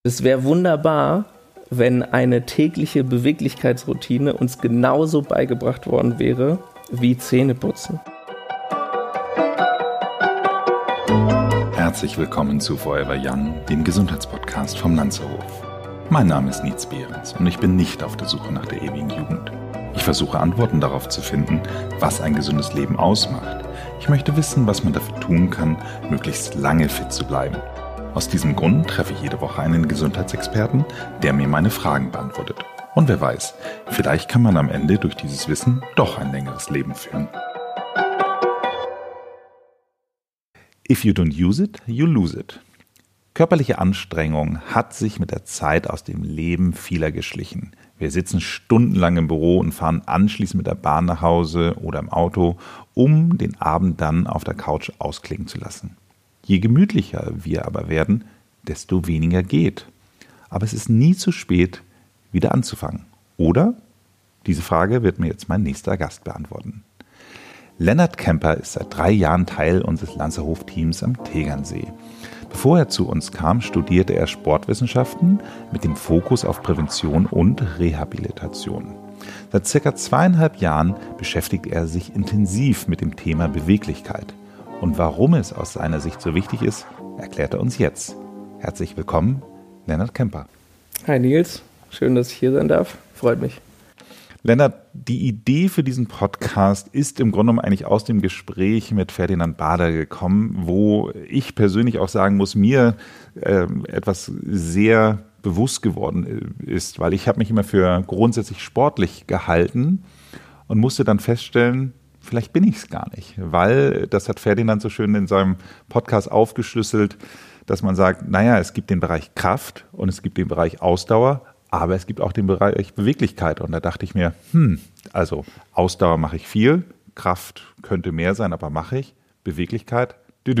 Es wäre wunderbar, wenn eine tägliche Beweglichkeitsroutine uns genauso beigebracht worden wäre wie Zähneputzen. Herzlich willkommen zu Forever Young, dem Gesundheitspodcast vom Lanzerhof. Mein Name ist Nietz Behrens und ich bin nicht auf der Suche nach der ewigen Jugend. Ich versuche Antworten darauf zu finden, was ein gesundes Leben ausmacht. Ich möchte wissen, was man dafür tun kann, möglichst lange fit zu bleiben. Aus diesem Grund treffe ich jede Woche einen Gesundheitsexperten, der mir meine Fragen beantwortet. Und wer weiß, vielleicht kann man am Ende durch dieses Wissen doch ein längeres Leben führen. If you don't use it, you lose it. Körperliche Anstrengung hat sich mit der Zeit aus dem Leben vieler geschlichen. Wir sitzen stundenlang im Büro und fahren anschließend mit der Bahn nach Hause oder im Auto, um den Abend dann auf der Couch ausklingen zu lassen. Je gemütlicher wir aber werden, desto weniger geht. Aber es ist nie zu spät, wieder anzufangen. Oder? Diese Frage wird mir jetzt mein nächster Gast beantworten. Lennart Kemper ist seit 3 Jahren Teil unseres Lanzerhof-Teams am Tegernsee. Bevor er zu uns kam, studierte er Sportwissenschaften mit dem Fokus auf Prävention und Rehabilitation. Seit ca. 2,5 Jahren beschäftigt er sich intensiv mit dem Thema Beweglichkeit. Und warum es aus seiner Sicht so wichtig ist, erklärt er uns jetzt. Herzlich willkommen, Lennart Kemper. Hi Nils, schön, dass ich hier sein darf. Freut mich. Lennart, die Idee für diesen Podcast ist im Grunde genommen eigentlich aus dem Gespräch mit Ferdinand Bader gekommen, wo ich persönlich auch sagen muss, mir etwas sehr bewusst geworden ist, weil ich habe mich immer für grundsätzlich sportlich gehalten und musste dann feststellen, vielleicht bin ich es gar nicht, weil, das hat Ferdinand so schön in seinem Podcast aufgeschlüsselt, dass man sagt, naja, es gibt den Bereich Kraft und es gibt den Bereich Ausdauer, aber es gibt auch den Bereich Beweglichkeit. Und da dachte ich mir, also Ausdauer mache ich viel, Kraft könnte mehr sein, aber mache ich. Beweglichkeit,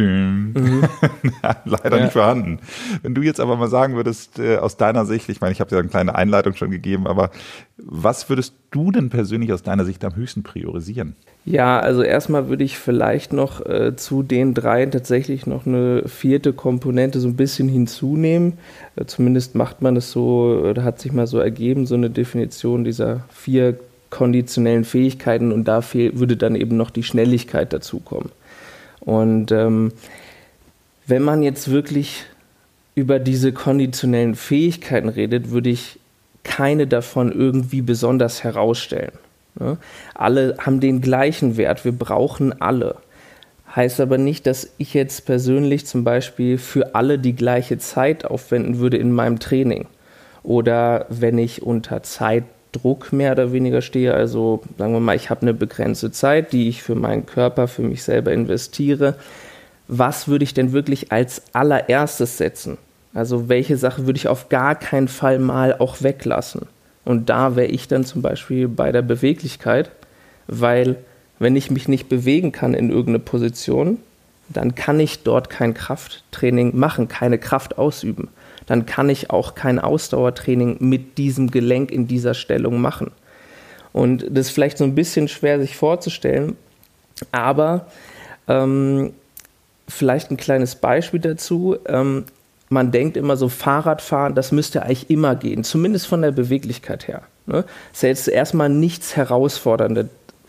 leider nicht vorhanden. Wenn du jetzt aber mal sagen würdest, aus deiner Sicht, ich meine, ich habe dir eine kleine Einleitung schon gegeben, aber was würdest du denn persönlich aus deiner Sicht am höchsten priorisieren? Ja, also erstmal würde ich vielleicht noch zu den 3 tatsächlich noch eine 4. Komponente so ein bisschen hinzunehmen. Zumindest macht man das so, oder hat sich mal so ergeben, so eine Definition dieser 4 konditionellen Fähigkeiten und da würde dann eben noch die Schnelligkeit dazukommen. Und wenn man jetzt wirklich über diese konditionellen Fähigkeiten redet, würde ich keine davon irgendwie besonders herausstellen. Ne? Alle haben den gleichen Wert, wir brauchen alle. Heißt aber nicht, dass ich jetzt persönlich zum Beispiel für alle die gleiche Zeit aufwenden würde in meinem Training. Oder wenn ich unter Zeitdruck mehr oder weniger stehe, also sagen wir mal, ich habe eine begrenzte Zeit, die ich für meinen Körper, für mich selber investiere. Was würde ich denn wirklich als allererstes setzen? Also welche Sache würde ich auf gar keinen Fall mal auch weglassen? Und da wäre ich dann zum Beispiel bei der Beweglichkeit, weil wenn ich mich nicht bewegen kann in irgendeine Position, dann kann ich dort kein Krafttraining machen, keine Kraft ausüben. Dann kann ich auch kein Ausdauertraining mit diesem Gelenk in dieser Stellung machen. Und das ist vielleicht so ein bisschen schwer sich vorzustellen, aber vielleicht ein kleines Beispiel dazu. Man denkt immer so, Fahrradfahren, das müsste eigentlich immer gehen, zumindest von der Beweglichkeit her. Ne? Das ist ja jetzt erstmal nichts Herausforderndes,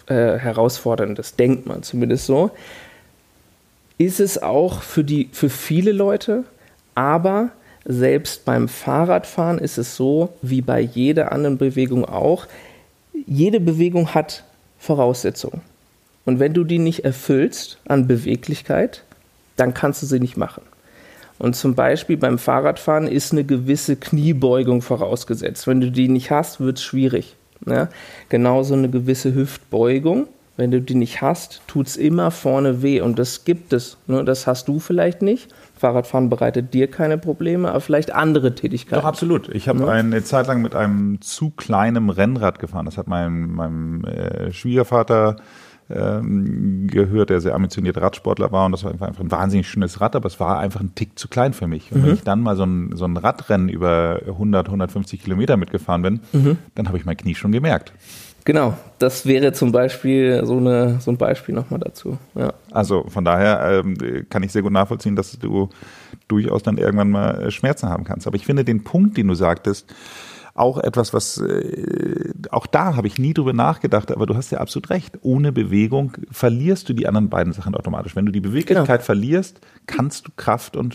denkt man zumindest so. Ist es auch für viele Leute, aber selbst beim Fahrradfahren ist es so, wie bei jeder anderen Bewegung auch, jede Bewegung hat Voraussetzungen. Und wenn du die nicht erfüllst an Beweglichkeit, dann kannst du sie nicht machen. Und zum Beispiel beim Fahrradfahren ist eine gewisse Kniebeugung vorausgesetzt. Wenn du die nicht hast, wird es schwierig. Ja? Genauso eine gewisse Hüftbeugung. Wenn du die nicht hast, tut es immer vorne weh. Und das gibt es. Ne? Das hast du vielleicht nicht. Fahrradfahren bereitet dir keine Probleme, aber vielleicht andere Tätigkeiten. Doch, absolut. Ich habe eine Zeit lang mit einem zu kleinen Rennrad gefahren. Das hat meinem Schwiegervater gehört, der sehr ambitionierte Radsportler war und das war einfach ein wahnsinnig schönes Rad, aber es war einfach ein Tick zu klein für mich. Und wenn ich dann mal so ein Radrennen über 100, 150 Kilometer mitgefahren bin, dann habe ich mein Knie schon gemerkt. Genau, das wäre zum Beispiel so ein Beispiel nochmal dazu. Ja. Also von daher kann ich sehr gut nachvollziehen, dass du durchaus dann irgendwann mal Schmerzen haben kannst. Aber ich finde den Punkt, den du sagtest, auch etwas, was, auch da habe ich nie drüber nachgedacht, aber du hast ja absolut recht. Ohne Bewegung verlierst du die anderen beiden Sachen automatisch. Wenn du die Beweglichkeit verlierst, kannst du Kraft und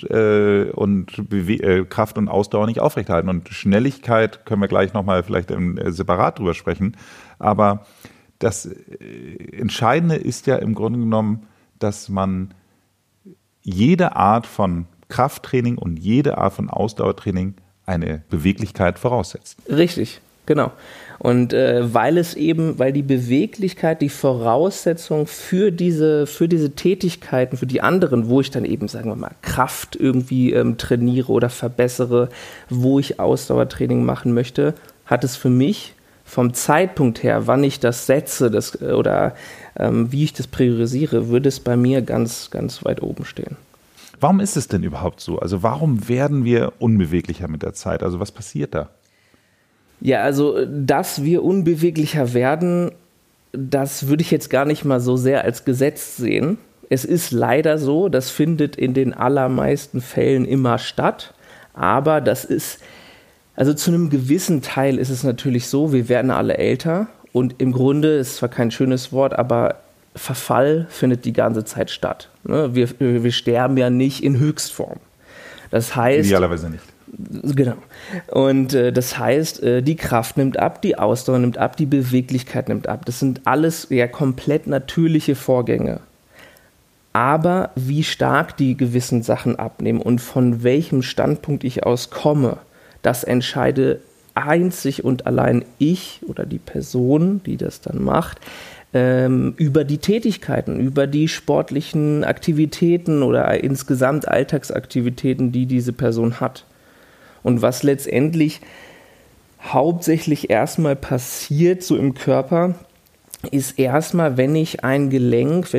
Ausdauer nicht aufrechterhalten. Und Schnelligkeit können wir gleich nochmal vielleicht separat drüber sprechen. Aber das Entscheidende ist ja im Grunde genommen, dass man jede Art von Krafttraining und jede Art von Ausdauertraining eine Beweglichkeit voraussetzt. Richtig, genau. Und weil die Beweglichkeit die Voraussetzung für diese Tätigkeiten, für die anderen, wo ich dann eben, sagen wir mal, Kraft irgendwie trainiere oder verbessere, wo ich Ausdauertraining machen möchte, hat es für mich vom Zeitpunkt her, wann ich das setze oder wie ich das priorisiere, würde es bei mir ganz, ganz weit oben stehen. Warum ist es denn überhaupt so? Also warum werden wir unbeweglicher mit der Zeit? Also was passiert da? Ja, also dass wir unbeweglicher werden, das würde ich jetzt gar nicht mal so sehr als Gesetz sehen. Es ist leider so, das findet in den allermeisten Fällen immer statt, aber also zu einem gewissen Teil ist es natürlich so, wir werden alle älter und im Grunde, ist zwar kein schönes Wort, aber Verfall findet die ganze Zeit statt. Wir sterben ja nicht in Höchstform. Das heißt, idealerweise nicht. Genau. Und das heißt, die Kraft nimmt ab, die Ausdauer nimmt ab, die Beweglichkeit nimmt ab. Das sind alles ja komplett natürliche Vorgänge. Aber wie stark die gewissen Sachen abnehmen und von welchem Standpunkt ich aus komme, das entscheide einzig und allein ich oder die Person, die das dann macht, über die Tätigkeiten, über die sportlichen Aktivitäten oder insgesamt Alltagsaktivitäten, die diese Person hat. Und was letztendlich hauptsächlich erstmal passiert, so im Körper, ist erstmal, wenn ich ein Gelenk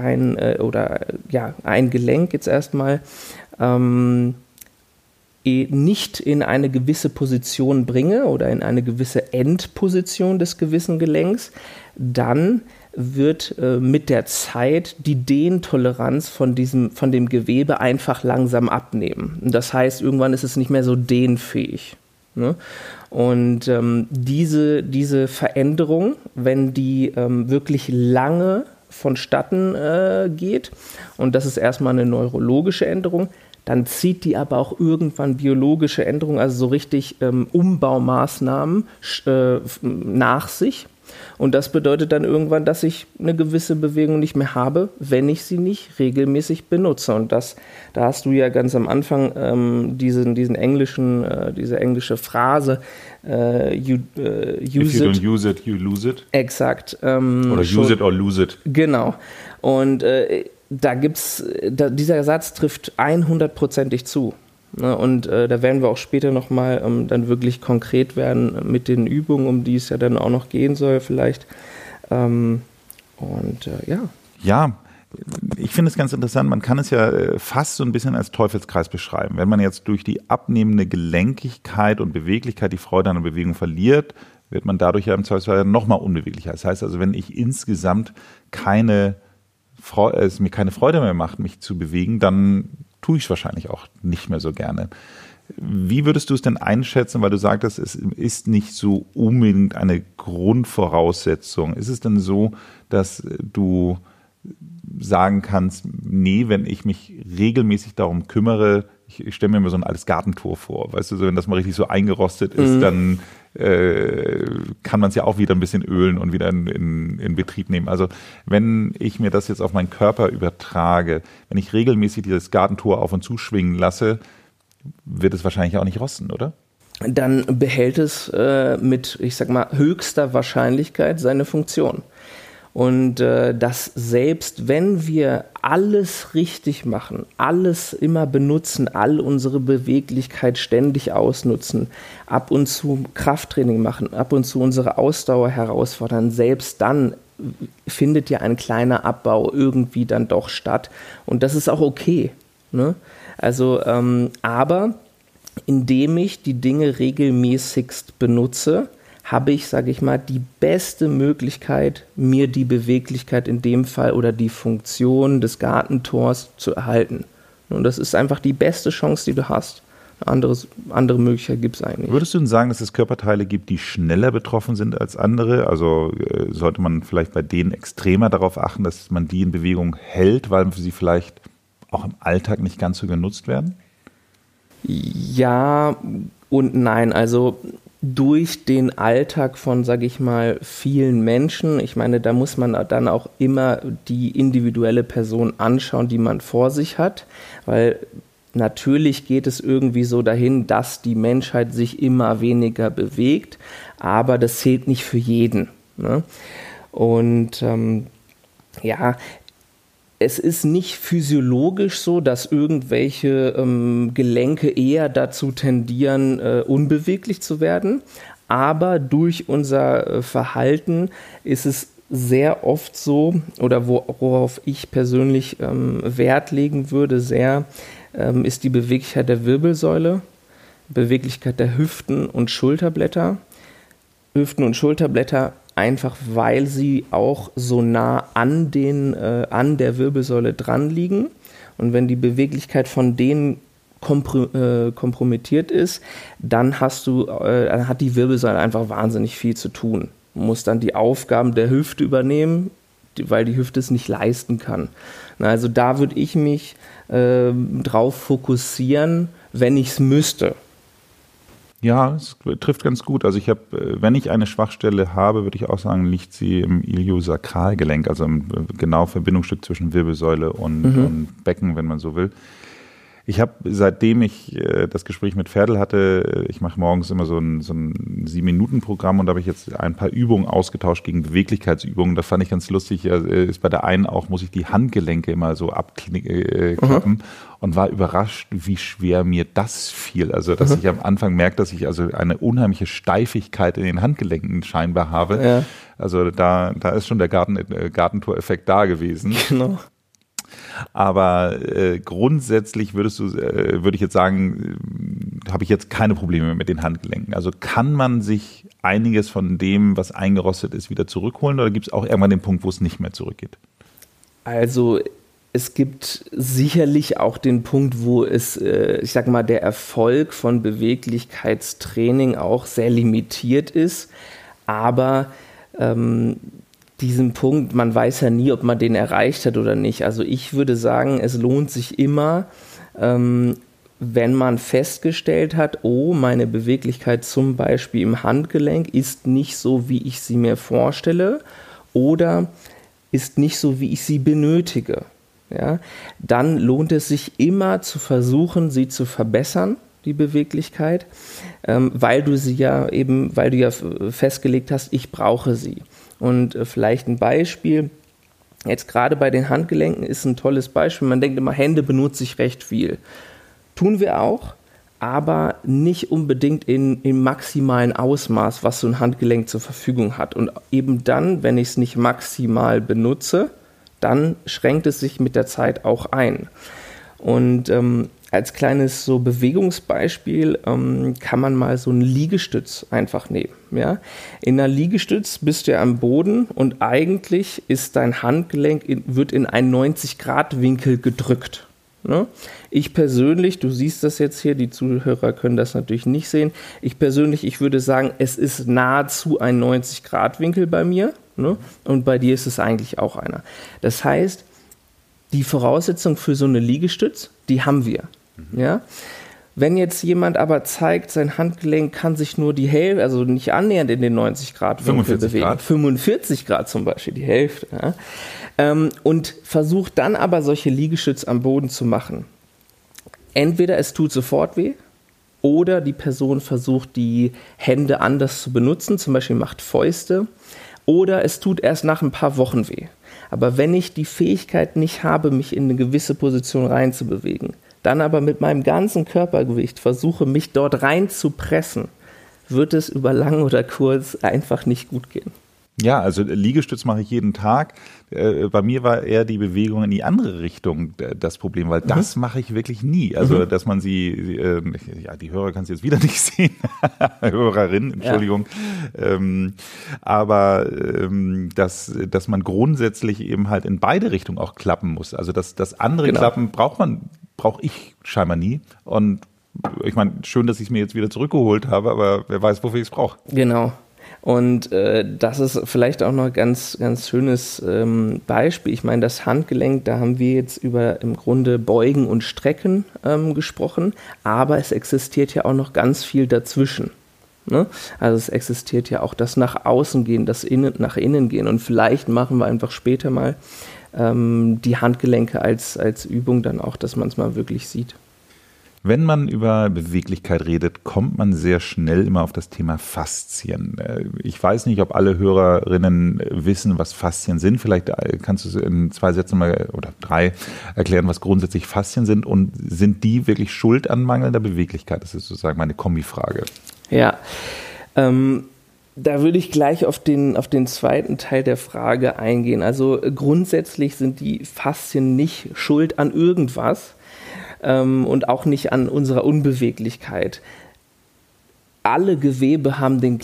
jetzt erstmal nicht in eine gewisse Position bringe oder in eine gewisse Endposition des gewissen Gelenks, dann wird mit der Zeit die Dehntoleranz von dem Gewebe einfach langsam abnehmen. Das heißt, irgendwann ist es nicht mehr so dehnfähig. Ne? Und diese Veränderung, wenn die wirklich lange vonstatten geht, und das ist erstmal eine neurologische Änderung, dann zieht die aber auch irgendwann biologische Änderungen, also so richtig Umbaumaßnahmen nach sich. Und das bedeutet dann irgendwann, dass ich eine gewisse Bewegung nicht mehr habe, wenn ich sie nicht regelmäßig benutze. Und da hast du ja ganz am Anfang diese englische Phrase, if you don't use it, you lose it. Exakt. Oder use it or lose it. Genau. Und dieser Satz trifft 100%ig zu. Und da werden wir auch später nochmal dann wirklich konkret werden mit den Übungen, um die es ja dann auch noch gehen soll vielleicht. Ja, ich finde es ganz interessant, man kann es ja fast so ein bisschen als Teufelskreis beschreiben. Wenn man jetzt durch die abnehmende Gelenkigkeit und Beweglichkeit die Freude an der Bewegung verliert, wird man dadurch ja im Zweifelsfall nochmal unbeweglicher. Das heißt also, wenn ich insgesamt es mir keine Freude mehr macht, mich zu bewegen, dann tue ich es wahrscheinlich auch nicht mehr so gerne. Wie würdest du es denn einschätzen, weil du sagtest, es ist nicht so unbedingt eine Grundvoraussetzung. Ist es denn so, dass du sagen kannst, nee, wenn ich mich regelmäßig darum kümmere, ich stelle mir immer so ein altes Gartentor vor, weißt du, so, wenn das mal richtig so eingerostet ist, dann kann man es ja auch wieder ein bisschen ölen und wieder in Betrieb nehmen. Also wenn ich mir das jetzt auf meinen Körper übertrage, wenn ich regelmäßig dieses Gartentor auf und zu schwingen lasse, wird es wahrscheinlich auch nicht rosten, oder? Dann behält es mit, ich sag mal, höchster Wahrscheinlichkeit seine Funktion. Und dass selbst wenn wir alles richtig machen, alles immer benutzen, all unsere Beweglichkeit ständig ausnutzen, ab und zu Krafttraining machen, ab und zu unsere Ausdauer herausfordern, selbst dann findet ja ein kleiner Abbau irgendwie dann doch statt. Und das ist auch okay. Ne? Also, aber indem ich die Dinge regelmäßigst benutze, habe ich, sage ich mal, die beste Möglichkeit, mir die Beweglichkeit in dem Fall oder die Funktion des Gartentors zu erhalten. Und das ist einfach die beste Chance, die du hast. Andere Möglichkeit gibt es eigentlich. Würdest du denn sagen, dass es Körperteile gibt, die schneller betroffen sind als andere? Also sollte man vielleicht bei denen extremer darauf achten, dass man die in Bewegung hält, weil sie vielleicht auch im Alltag nicht ganz so genutzt werden? Ja und nein. Also durch den Alltag von, sage ich mal, vielen Menschen, ich meine, da muss man dann auch immer die individuelle Person anschauen, die man vor sich hat, weil natürlich geht es irgendwie so dahin, dass die Menschheit sich immer weniger bewegt, aber das zählt nicht für jeden. Ne? Und es ist nicht physiologisch so, dass irgendwelche Gelenke eher dazu tendieren, unbeweglich zu werden, aber durch unser Verhalten ist es sehr oft so, oder worauf ich persönlich Wert legen würde, ist die Beweglichkeit der Wirbelsäule, Beweglichkeit der Hüften und Schulterblätter. Hüften und Schulterblätter einfach, weil sie auch so nah an der Wirbelsäule dran liegen. Und wenn die Beweglichkeit von denen kompromittiert ist, dann hat die Wirbelsäule einfach wahnsinnig viel zu tun. Man muss dann die Aufgaben der Hüfte übernehmen, weil die Hüfte es nicht leisten kann. Also da würde ich mich drauf fokussieren, wenn ich es müsste. Ja, es trifft ganz gut. Also wenn ich eine Schwachstelle habe, würde ich auch sagen, liegt sie im Iliosakralgelenk, also im genau Verbindungsstück zwischen Wirbelsäule und Becken, wenn man so will. Ich habe, seitdem ich das Gespräch mit Ferdl hatte, ich mache morgens immer so ein 7-Minuten-Programm und da habe ich jetzt ein paar Übungen ausgetauscht gegen Beweglichkeitsübungen. Das fand ich ganz lustig. Ist bei der einen auch, muss ich die Handgelenke immer so abklappen und war überrascht, wie schwer mir das fiel. Also, dass ich am Anfang merke, dass ich also eine unheimliche Steifigkeit in den Handgelenken scheinbar habe. Ja. Also da ist schon der Gartentor-Effekt da gewesen. Genau. Aber grundsätzlich würde ich jetzt sagen, habe ich jetzt keine Probleme mit den Handgelenken. Also kann man sich einiges von dem, was eingerostet ist, wieder zurückholen oder gibt es auch irgendwann den Punkt, wo es nicht mehr zurückgeht? Also es gibt sicherlich auch den Punkt, wo es, ich sag mal, der Erfolg von Beweglichkeitstraining auch sehr limitiert ist, aber diesen Punkt, man weiß ja nie, ob man den erreicht hat oder nicht. Also ich würde sagen, es lohnt sich immer, wenn man festgestellt hat, meine Beweglichkeit zum Beispiel im Handgelenk ist nicht so, wie ich sie mir vorstelle oder ist nicht so, wie ich sie benötige. Ja? Dann lohnt es sich immer zu versuchen, sie zu verbessern, die Beweglichkeit, weil du festgelegt hast, ich brauche sie. Und vielleicht ein Beispiel, jetzt gerade bei den Handgelenken ist ein tolles Beispiel, man denkt immer, Hände benutze ich recht viel. Tun wir auch, aber nicht unbedingt im maximalen Ausmaß, was so ein Handgelenk zur Verfügung hat. Und eben dann, wenn ich es nicht maximal benutze, dann schränkt es sich mit der Zeit auch ein. Und als kleines so Bewegungsbeispiel kann man mal so einen Liegestütz einfach nehmen. Ja? In einer Liegestütz bist du ja am Boden und eigentlich ist dein Handgelenk wird in einen 90-Grad-Winkel gedrückt. Ne? Ich persönlich, du siehst das jetzt hier, die Zuhörer können das natürlich nicht sehen. Ich würde sagen, es ist nahezu ein 90-Grad-Winkel bei mir, ne? Und bei dir ist es eigentlich auch einer. Das heißt, die Voraussetzung für so eine Liegestütz, die haben wir. Ja? Wenn jetzt jemand aber zeigt, sein Handgelenk kann sich nur die Hälfte, also nicht annähernd in den 90 Grad Winkel bewegen, 45 Grad zum Beispiel, die Hälfte, ja? Und versucht dann aber solche Liegestütze am Boden zu machen. Entweder es tut sofort weh oder die Person versucht, die Hände anders zu benutzen, zum Beispiel macht Fäuste, oder es tut erst nach ein paar Wochen weh. Aber wenn ich die Fähigkeit nicht habe, mich in eine gewisse Position reinzubewegen, dann aber mit meinem ganzen Körpergewicht versuche, mich dort rein zu pressen, wird es über lang oder kurz einfach nicht gut gehen. Ja, also Liegestütz mache ich jeden Tag. Bei mir war eher die Bewegung in die andere Richtung das Problem, weil das mache ich wirklich nie. Also, dass man die Hörer kann es jetzt wieder nicht sehen, Hörerin, Entschuldigung. Ja. Aber dass man grundsätzlich eben halt in beide Richtungen auch klappen muss. Also das andere Klappen brauche ich scheinbar nie. Und ich meine, schön, dass ich es mir jetzt wieder zurückgeholt habe, aber wer weiß, wofür ich es brauche. Genau. Und das ist vielleicht auch noch ein ganz, ganz schönes Beispiel. Ich meine, das Handgelenk, da haben wir jetzt über im Grunde Beugen und Strecken gesprochen, aber es existiert ja auch noch ganz viel dazwischen. Ne? Also es existiert ja auch das nach außen gehen, das nach innen gehen. Und vielleicht machen wir einfach später mal die Handgelenke als Übung dann auch, dass man es mal wirklich sieht. Wenn man über Beweglichkeit redet, kommt man sehr schnell immer auf das Thema Faszien. Ich weiß nicht, ob alle Hörerinnen wissen, was Faszien sind. Vielleicht kannst du in 2 Sätzen mal oder 3 erklären, was grundsätzlich Faszien sind. Und sind die wirklich schuld an mangelnder Beweglichkeit? Das ist sozusagen meine Kombifrage. Ja, da würde ich gleich auf den zweiten Teil der Frage eingehen. Also grundsätzlich sind die Faszien nicht schuld an irgendwas. Und auch nicht an unserer Unbeweglichkeit. Alle Gewebe haben die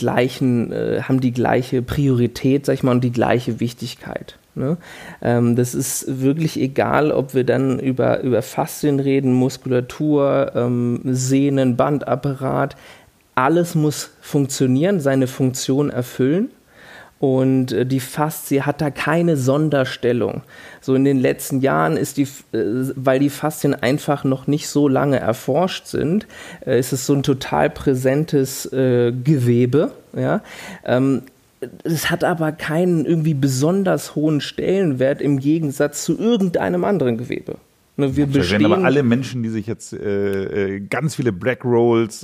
gleiche Priorität, sag ich mal, und die gleiche Wichtigkeit. Ne? Das ist wirklich egal, ob wir dann über Faszien reden, Muskulatur, Sehnen, Bandapparat. Alles muss funktionieren, seine Funktion erfüllen. Und die Faszie hat da keine Sonderstellung. So in den letzten Jahren weil die Faszien einfach noch nicht so lange erforscht sind, ist es so ein total präsentes Gewebe. Ja? Es hat aber keinen irgendwie besonders hohen Stellenwert im Gegensatz zu irgendeinem anderen Gewebe. Wir bestehen aber alle Menschen, die sich jetzt ganz viele Black Rolls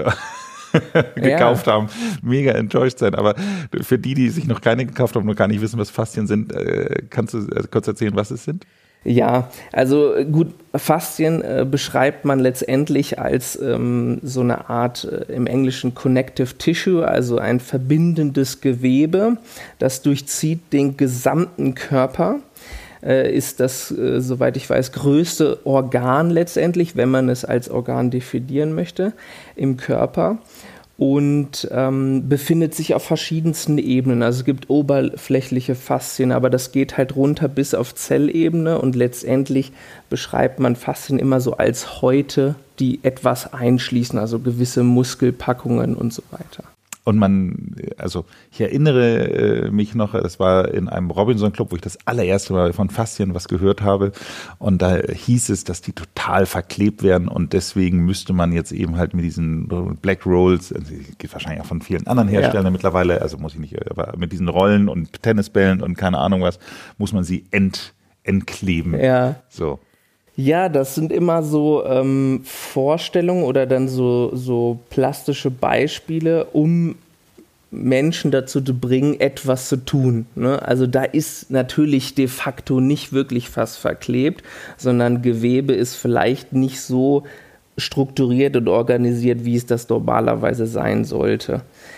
gekauft haben, mega enttäuscht sein. Aber für die sich noch keine gekauft haben und noch gar nicht wissen, was Faszien sind, kannst du kurz erzählen, was es sind? Ja, also gut, Faszien beschreibt man letztendlich als so eine Art im Englischen Connective Tissue, also ein verbindendes Gewebe, das durchzieht den gesamten Körper. Ist das, soweit ich weiß, größte Organ letztendlich, wenn man es als Organ definieren möchte, im Körper und befindet sich auf verschiedensten Ebenen. Also es gibt oberflächliche Faszien, aber das geht halt runter bis auf Zellebene und letztendlich beschreibt man Faszien immer so als Häute, die etwas einschließen, also gewisse Muskelpackungen und so weiter. Und ich erinnere mich noch, es war in einem Robinson-Club, wo ich das allererste Mal von Faszien was gehört habe. Und da hieß es, dass die total verklebt werden und deswegen müsste man jetzt eben halt mit diesen Black Rolls, geht wahrscheinlich auch von vielen anderen Herstellern mittlerweile, also muss ich nicht, aber mit diesen Rollen und Tennisbällen und keine Ahnung was, muss man sie entkleben. Ja. So. Ja, das sind immer so Vorstellungen oder dann so plastische Beispiele, um Menschen dazu zu bringen, etwas zu tun. Ne? Also da ist natürlich de facto nicht wirklich was verklebt, sondern Gewebe ist vielleicht nicht so strukturiert und organisiert, wie es das normalerweise sein sollte.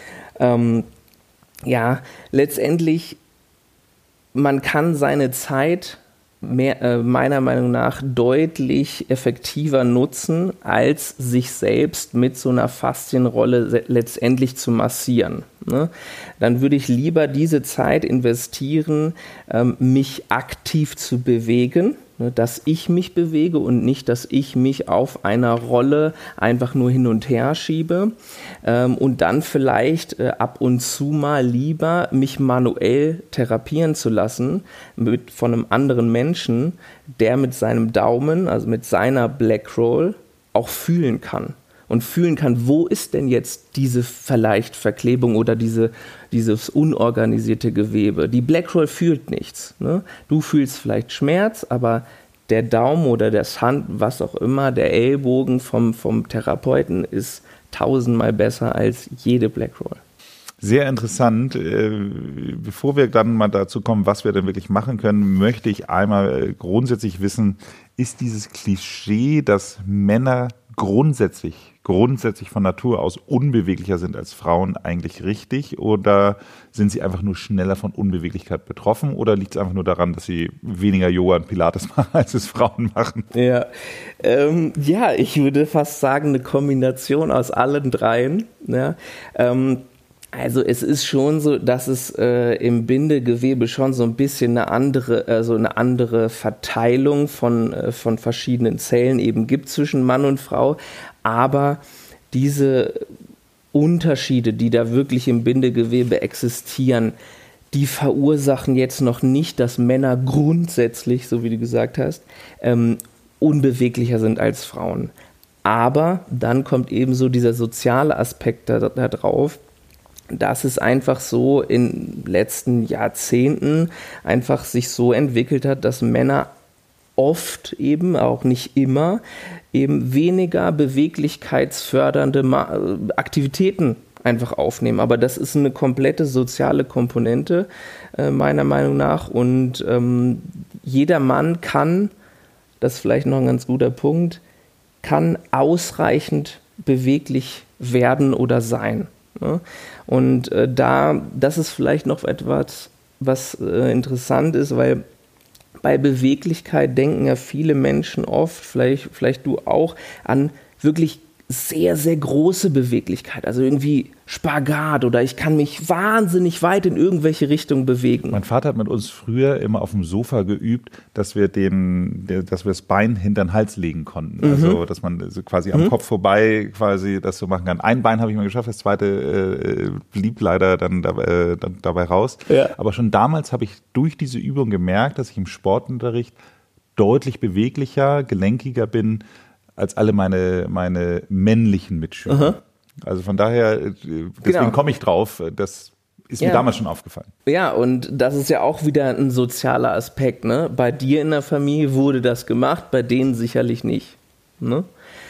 Letztendlich, man kann seine Zeit meiner Meinung nach deutlich effektiver nutzen, als sich selbst mit so einer Faszienrolle letztendlich zu massieren. Ne? Dann würde ich lieber diese Zeit investieren, mich aktiv zu bewegen, ne, dass ich mich bewege und nicht, dass ich mich auf einer Rolle einfach nur hin und her schiebe und dann vielleicht ab und zu mal lieber mich manuell therapieren zu lassen von einem anderen Menschen, der mit seinem Daumen, also mit seiner Black Roll auch fühlen kann. Und fühlen kann, wo ist denn jetzt diese vielleicht Verklebung oder dieses unorganisierte Gewebe. Die Black Roll fühlt nichts. Ne? Du fühlst vielleicht Schmerz, aber der Daumen oder das Hand, was auch immer, der Ellbogen vom Therapeuten ist 1000-mal besser als jede Black Roll. Sehr interessant. Bevor wir dann mal dazu kommen, was wir denn wirklich machen können, möchte ich einmal grundsätzlich wissen, ist dieses Klischee, dass Männer grundsätzlich grundsätzlich von Natur aus unbeweglicher sind als Frauen eigentlich richtig, oder sind sie einfach nur schneller von Unbeweglichkeit betroffen, oder liegt es einfach nur daran, dass sie weniger Yoga und Pilates machen, als es Frauen machen? Ja, ich würde fast sagen, eine Kombination aus allen dreien. Ja. Also es ist schon so, dass es im Bindegewebe schon so ein bisschen eine andere Verteilung von verschiedenen Zellen eben gibt zwischen Mann und Frau. Aber diese Unterschiede, die da wirklich im Bindegewebe existieren, die verursachen jetzt noch nicht, dass Männer grundsätzlich, so wie du gesagt hast, unbeweglicher sind als Frauen. Aber dann kommt eben so dieser soziale Aspekt da drauf, dass es einfach so in den letzten Jahrzehnten einfach sich so entwickelt hat, dass Männer oft eben, auch nicht immer, eben weniger beweglichkeitsfördernde Aktivitäten einfach aufnehmen. Aber das ist eine komplette soziale Komponente, meiner Meinung nach. Und jeder Mann kann, das ist vielleicht noch ein ganz guter Punkt, kann ausreichend beweglich werden oder sein. Ne? Und das ist vielleicht noch etwas, was interessant ist, weil bei Beweglichkeit denken ja viele Menschen oft, vielleicht du auch, an wirklich sehr, sehr große Beweglichkeit. Also irgendwie Spagat oder ich kann mich wahnsinnig weit in irgendwelche Richtungen bewegen. Mein Vater hat mit uns früher immer auf dem Sofa geübt, dass wir das Bein hinter den Hals legen konnten. Also, dass man so quasi am Kopf vorbei quasi das so machen kann. Ein Bein habe ich mal geschafft, das zweite blieb leider dann dabei raus. Ja. Aber schon damals habe ich durch diese Übung gemerkt, dass ich im Sportunterricht deutlich beweglicher, gelenkiger bin als alle meine männlichen Mitschüler. Aha. Also von daher, deswegen komme ich drauf, das ist mir damals schon aufgefallen. Ja, und das ist ja auch wieder ein sozialer Aspekt, ne? Bei dir in der Familie wurde das gemacht, bei denen sicherlich nicht. Ne?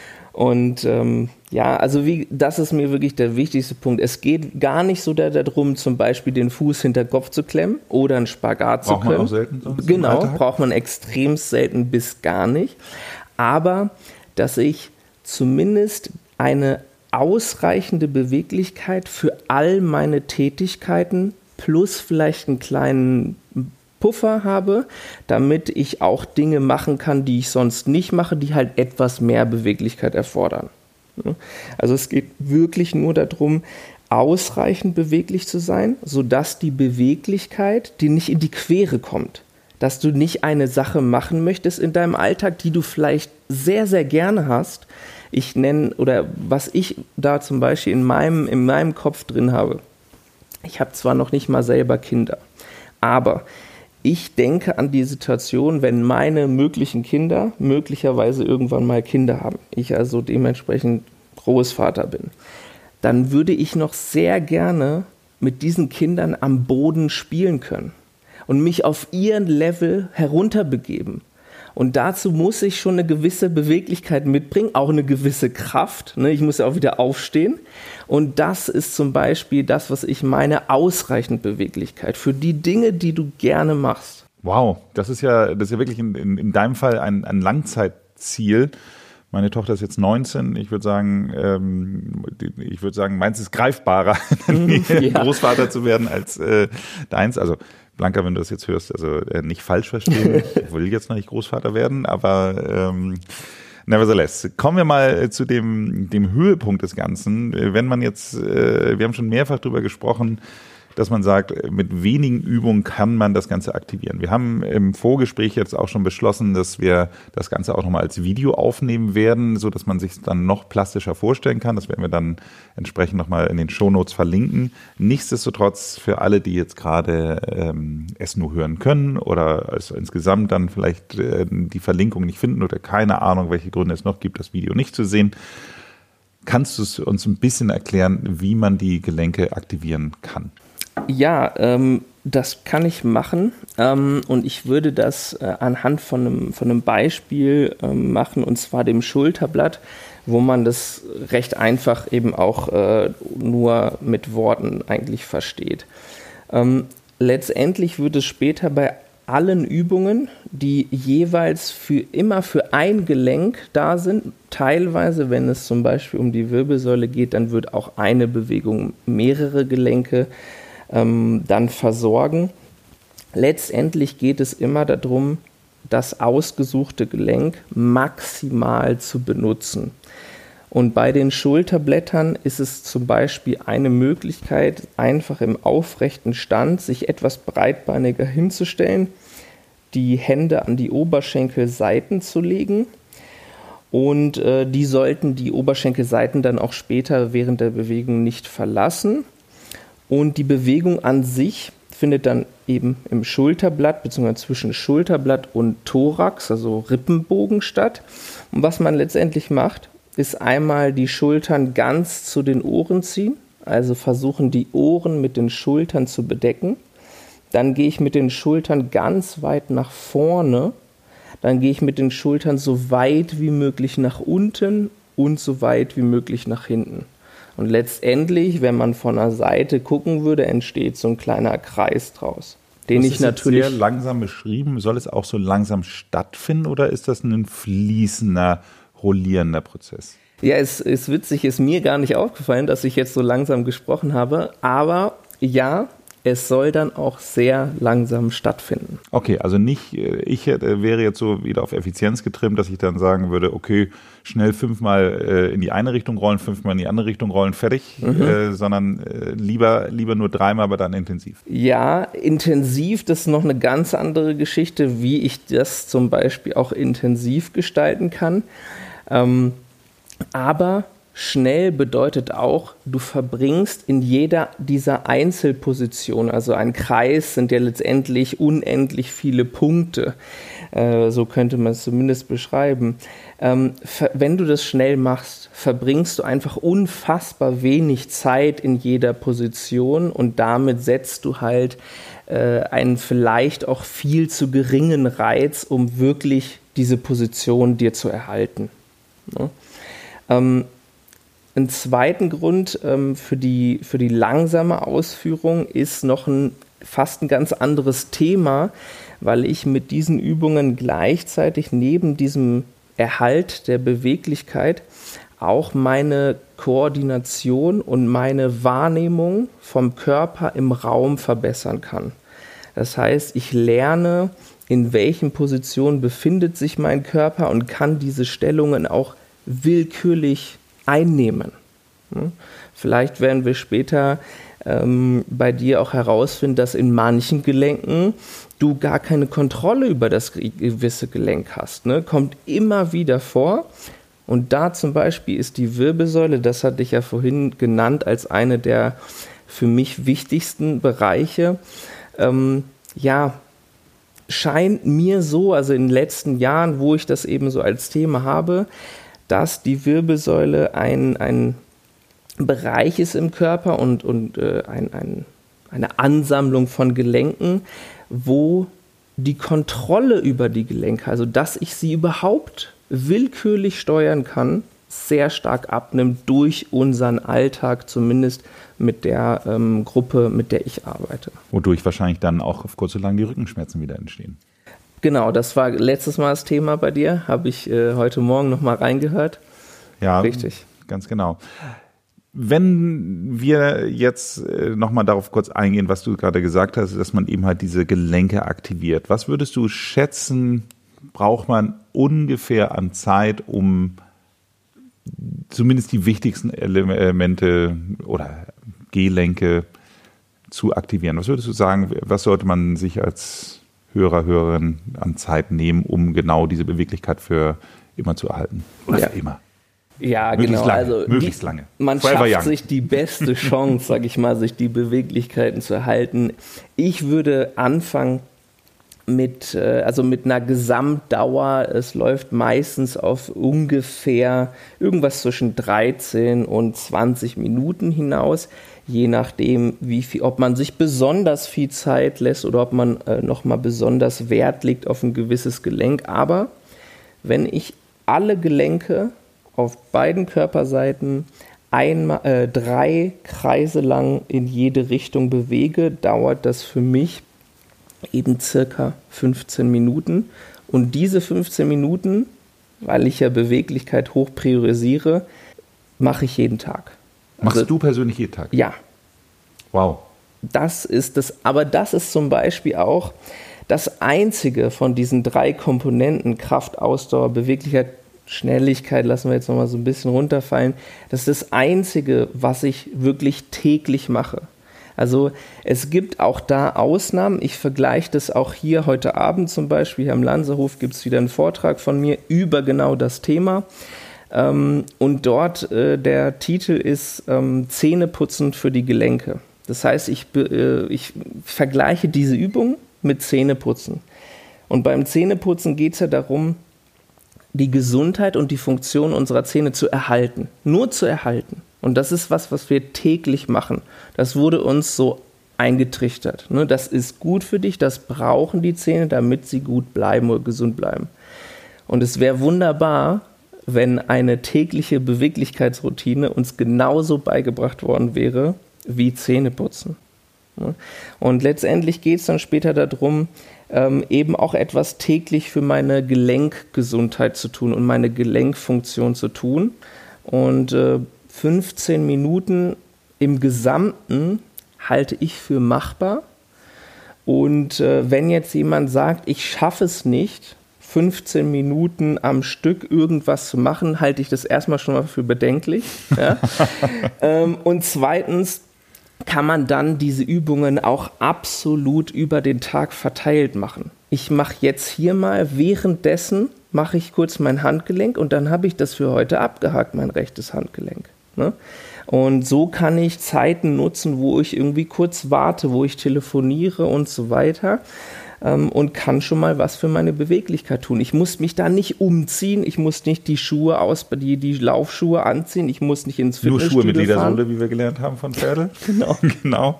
Und das ist mir wirklich der wichtigste Punkt. Es geht gar nicht so darum, zum Beispiel den Fuß hinter den Kopf zu klemmen oder einen Spagat zu können. Braucht man auch selten sonst? Genau, braucht man extrem selten bis gar nicht. Aber dass ich zumindest eine ausreichende Beweglichkeit für all meine Tätigkeiten plus vielleicht einen kleinen Puffer habe, damit ich auch Dinge machen kann, die ich sonst nicht mache, die halt etwas mehr Beweglichkeit erfordern. Also es geht wirklich nur darum, ausreichend beweglich zu sein, sodass die Beweglichkeit dir nicht in die Quere kommt. Dass du nicht eine Sache machen möchtest in deinem Alltag, die du vielleicht sehr, sehr gerne hast. Was ich da zum Beispiel in meinem Kopf drin habe. Ich habe zwar noch nicht mal selber Kinder, aber ich denke an die Situation, wenn meine möglichen Kinder möglicherweise irgendwann mal Kinder haben, ich also dementsprechend Großvater bin, dann würde ich noch sehr gerne mit diesen Kindern am Boden spielen können und mich auf ihren Level herunterbegeben. Und dazu muss ich schon eine gewisse Beweglichkeit mitbringen, auch eine gewisse Kraft. Ne? Ich muss ja auch wieder aufstehen. Und das ist zum Beispiel das, was ich meine, ausreichend Beweglichkeit für die Dinge, die du gerne machst. Wow, das ist ja wirklich in deinem Fall ein Langzeitziel. Meine Tochter ist jetzt 19. Ich würde sagen, meins ist greifbarer, Großvater zu werden als deins. Also Blanca, wenn du das jetzt hörst, also nicht falsch verstehen, ich will jetzt noch nicht Großvater werden, aber nevertheless. Kommen wir mal zu dem Höhepunkt des Ganzen. Wenn man jetzt, wir haben schon mehrfach drüber gesprochen, dass man sagt, mit wenigen Übungen kann man das Ganze aktivieren. Wir haben im Vorgespräch jetzt auch schon beschlossen, dass wir das Ganze auch nochmal als Video aufnehmen werden, so dass man sich dann noch plastischer vorstellen kann. Das werden wir dann entsprechend nochmal in den Shownotes verlinken. Nichtsdestotrotz für alle, die jetzt gerade es nur hören können oder also insgesamt dann vielleicht die Verlinkung nicht finden oder keine Ahnung, welche Gründe es noch gibt, das Video nicht zu sehen, kannst du uns ein bisschen erklären, wie man die Gelenke aktivieren kann? Ja, das kann ich machen und ich würde das anhand von einem Beispiel machen, und zwar dem Schulterblatt, wo man das recht einfach eben auch nur mit Worten eigentlich versteht. Letztendlich wird es später bei allen Übungen, die jeweils immer für ein Gelenk da sind. Teilweise, wenn es zum Beispiel um die Wirbelsäule geht, dann wird auch eine Bewegung mehrere Gelenke dann versorgen. Letztendlich geht es immer darum, das ausgesuchte Gelenk maximal zu benutzen. Und bei den Schulterblättern ist es zum Beispiel eine Möglichkeit, einfach im aufrechten Stand sich etwas breitbeiniger hinzustellen, die Hände an die Oberschenkelseiten zu legen und die sollten die Oberschenkelseiten dann auch später während der Bewegung nicht verlassen. Und die Bewegung an sich findet dann eben im Schulterblatt bzw. zwischen Schulterblatt und Thorax, also Rippenbogen statt. Und was man letztendlich macht, ist einmal die Schultern ganz zu den Ohren ziehen, also versuchen die Ohren mit den Schultern zu bedecken. Dann gehe ich mit den Schultern ganz weit nach vorne, dann gehe ich mit den Schultern so weit wie möglich nach unten und so weit wie möglich nach hinten. Und letztendlich, wenn man von der Seite gucken würde, entsteht so ein kleiner Kreis draus. Den das ich ist natürlich jetzt sehr langsam beschrieben. Soll es auch so langsam stattfinden oder ist das ein fließender, rollierender Prozess? Ja, es ist witzig, ist mir gar nicht aufgefallen, dass ich jetzt so langsam gesprochen habe, aber ja, es soll dann auch sehr langsam stattfinden. Okay, also nicht, ich wäre jetzt so wieder auf Effizienz getrimmt, dass ich dann sagen würde, okay, schnell 5-mal in die eine Richtung rollen, 5-mal in die andere Richtung rollen, fertig, sondern lieber nur 3-mal, aber dann intensiv. Ja, intensiv, das ist noch eine ganz andere Geschichte, wie ich das zum Beispiel auch intensiv gestalten kann. Aber schnell bedeutet auch, du verbringst in jeder dieser Einzelpositionen, also ein Kreis sind ja letztendlich unendlich viele Punkte, so könnte man es zumindest beschreiben. Wenn du das schnell machst, verbringst du einfach unfassbar wenig Zeit in jeder Position und damit setzt du halt einen vielleicht auch viel zu geringen Reiz, um wirklich diese Position dir zu erhalten. Ja. Ein zweiten Grund für die langsame Ausführung ist noch fast ein ganz anderes Thema, weil ich mit diesen Übungen gleichzeitig neben diesem Erhalt der Beweglichkeit auch meine Koordination und meine Wahrnehmung vom Körper im Raum verbessern kann. Das heißt, ich lerne, in welchen Positionen befindet sich mein Körper und kann diese Stellungen auch willkürlich einnehmen. Vielleicht werden wir später bei dir auch herausfinden, dass in manchen Gelenken du gar keine Kontrolle über das gewisse Gelenk hast. Ne? Kommt immer wieder vor. Und da zum Beispiel ist die Wirbelsäule, das hatte ich ja vorhin genannt, als eine der für mich wichtigsten Bereiche, scheint mir so, also in den letzten Jahren, wo ich das eben so als Thema habe, dass die Wirbelsäule ein Bereich ist im Körper und eine Ansammlung von Gelenken, wo die Kontrolle über die Gelenke, also dass ich sie überhaupt willkürlich steuern kann, sehr stark abnimmt durch unseren Alltag, zumindest mit der Gruppe, mit der ich arbeite. Wodurch wahrscheinlich dann auch auf kurz oder lang die Rückenschmerzen wieder entstehen. Genau, das war letztes Mal das Thema bei dir, habe ich heute Morgen nochmal reingehört. Ja, richtig. Ganz genau. Wenn wir jetzt nochmal darauf kurz eingehen, was du gerade gesagt hast, dass man eben halt diese Gelenke aktiviert. Was würdest du schätzen, braucht man ungefähr an Zeit, um zumindest die wichtigsten Elemente oder Gelenke zu aktivieren? Was würdest du sagen, was sollte man sich als Hörerin an Zeit nehmen, um genau diese Beweglichkeit für immer zu erhalten? Oder für immer? Ja, möglichst genau. Lange, also möglichst lange. Man Forever schafft young. sich die beste Chance, sag ich mal, sich die Beweglichkeiten zu erhalten. Ich würde anfangen mit einer Gesamtdauer. Es läuft meistens auf ungefähr irgendwas zwischen 13 und 20 Minuten hinaus, je nachdem, ob man sich besonders viel Zeit lässt oder ob man nochmal besonders Wert legt auf ein gewisses Gelenk. Aber wenn ich alle Gelenke auf beiden Körperseiten 3 Kreise lang in jede Richtung bewege, dauert das für mich eben circa 15 Minuten. Und diese 15 Minuten, weil ich ja Beweglichkeit hoch priorisiere, mache ich jeden Tag. Machst du persönlich jeden Tag? Ja. Wow. Aber das ist zum Beispiel auch das einzige von diesen 3 Komponenten, Kraft, Ausdauer, Beweglichkeit, Schnelligkeit, lassen wir jetzt nochmal so ein bisschen runterfallen. Das ist das Einzige, was ich wirklich täglich mache. Also es gibt auch da Ausnahmen. Ich vergleiche das auch hier heute Abend zum Beispiel. Hier am Lanserhof gibt es wieder einen Vortrag von mir über genau das Thema. Und dort der Titel ist Zähneputzen für die Gelenke. Das heißt, ich vergleiche diese Übung mit Zähneputzen. Und beim Zähneputzen geht es ja darum, die Gesundheit und die Funktion unserer Zähne zu erhalten. Nur zu erhalten. Und das ist was wir täglich machen. Das wurde uns so eingetrichtert. Ne? Das ist gut für dich, das brauchen die Zähne, damit sie gut bleiben oder gesund bleiben. Und es wäre wunderbar, wenn eine tägliche Beweglichkeitsroutine uns genauso beigebracht worden wäre wie Zähneputzen. Und letztendlich geht es dann später darum, eben auch etwas täglich für meine Gelenkgesundheit zu tun und meine Gelenkfunktion zu tun. Und 15 Minuten im Gesamten halte ich für machbar. Und wenn jetzt jemand sagt, ich schaffe es nicht, 15 Minuten am Stück irgendwas zu machen, halte ich das erstmal schon mal für bedenklich. Ja? Und zweitens kann man dann diese Übungen auch absolut über den Tag verteilt machen. Ich mache jetzt hier mal, währenddessen mache ich kurz mein Handgelenk und dann habe ich das für heute abgehakt, mein rechtes Handgelenk. Ne? Und so kann ich Zeiten nutzen, wo ich irgendwie kurz warte, wo ich telefoniere und so weiter. Und kann schon mal was für meine Beweglichkeit tun. Ich muss mich da nicht umziehen, ich muss nicht die Schuhe die Laufschuhe anziehen, ich muss nicht ins Fitnessstudio fahren. Nur Schuhe mit Ledersohle, wie wir gelernt haben von Pferde. Genau.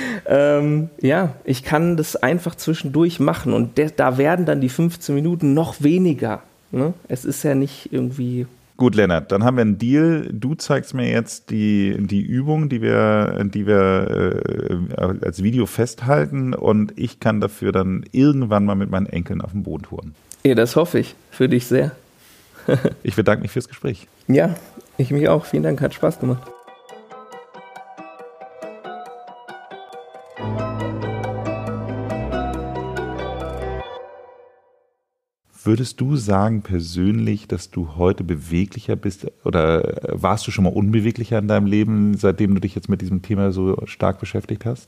Ja, ich kann das einfach zwischendurch machen und da werden dann die 15 Minuten noch weniger. Ne? Es ist ja nicht irgendwie... Gut, Lennart, dann haben wir einen Deal. Du zeigst mir jetzt die Übung, die wir als Video festhalten und ich kann dafür dann irgendwann mal mit meinen Enkeln auf den Boden touren. Ja, das hoffe ich. Für dich sehr. Ich bedanke mich fürs Gespräch. Ja, ich mich auch. Vielen Dank, hat Spaß gemacht. Würdest du sagen persönlich, dass du heute beweglicher bist oder warst du schon mal unbeweglicher in deinem Leben, seitdem du dich jetzt mit diesem Thema so stark beschäftigt hast?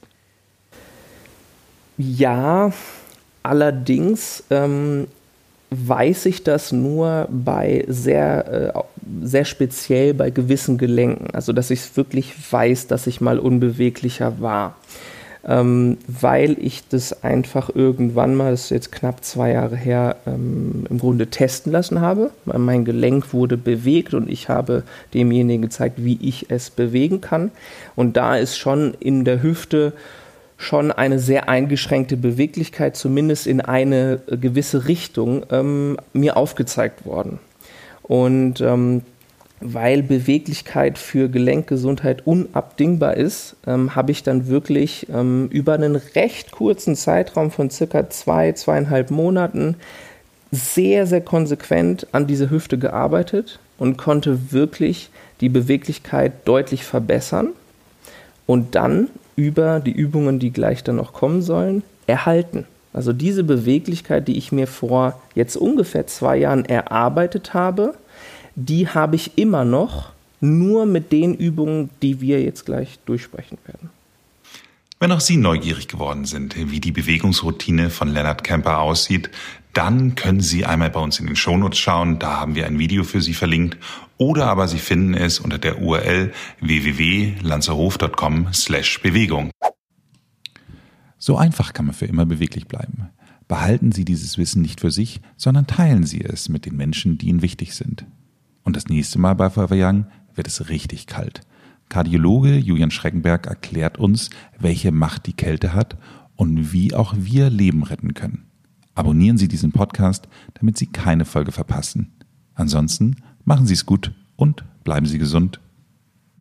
Ja, allerdings weiß ich das nur bei sehr speziell bei gewissen Gelenken. Also dass ich es wirklich weiß, dass ich mal unbeweglicher war. Weil ich das einfach irgendwann mal, das ist jetzt knapp 2 Jahre her, im Grunde testen lassen habe. Mein Gelenk wurde bewegt und ich habe demjenigen gezeigt, wie ich es bewegen kann. Und da ist schon in der Hüfte schon eine sehr eingeschränkte Beweglichkeit, zumindest in eine gewisse Richtung, mir aufgezeigt worden. Und weil Beweglichkeit für Gelenkgesundheit unabdingbar ist, habe ich dann wirklich über einen recht kurzen Zeitraum von circa 2,5 Monaten sehr, sehr konsequent an dieser Hüfte gearbeitet und konnte wirklich die Beweglichkeit deutlich verbessern und dann über die Übungen, die gleich dann noch kommen sollen, erhalten. Also diese Beweglichkeit, die ich mir vor jetzt ungefähr 2 Jahren erarbeitet habe, die habe ich immer noch, nur mit den Übungen, die wir jetzt gleich durchsprechen werden. Wenn auch Sie neugierig geworden sind, wie die Bewegungsroutine von Lennart Kemper aussieht, dann können Sie einmal bei uns in den Shownotes schauen, da haben wir ein Video für Sie verlinkt, oder aber Sie finden es unter der URL www.lanzerhof.com/Bewegung. So einfach kann man für immer beweglich bleiben. Behalten Sie dieses Wissen nicht für sich, sondern teilen Sie es mit den Menschen, die Ihnen wichtig sind. Und das nächste Mal bei Forever Young wird es richtig kalt. Kardiologe Julian Schreckenberg erklärt uns, welche Macht die Kälte hat und wie auch wir Leben retten können. Abonnieren Sie diesen Podcast, damit Sie keine Folge verpassen. Ansonsten machen Sie es gut und bleiben Sie gesund.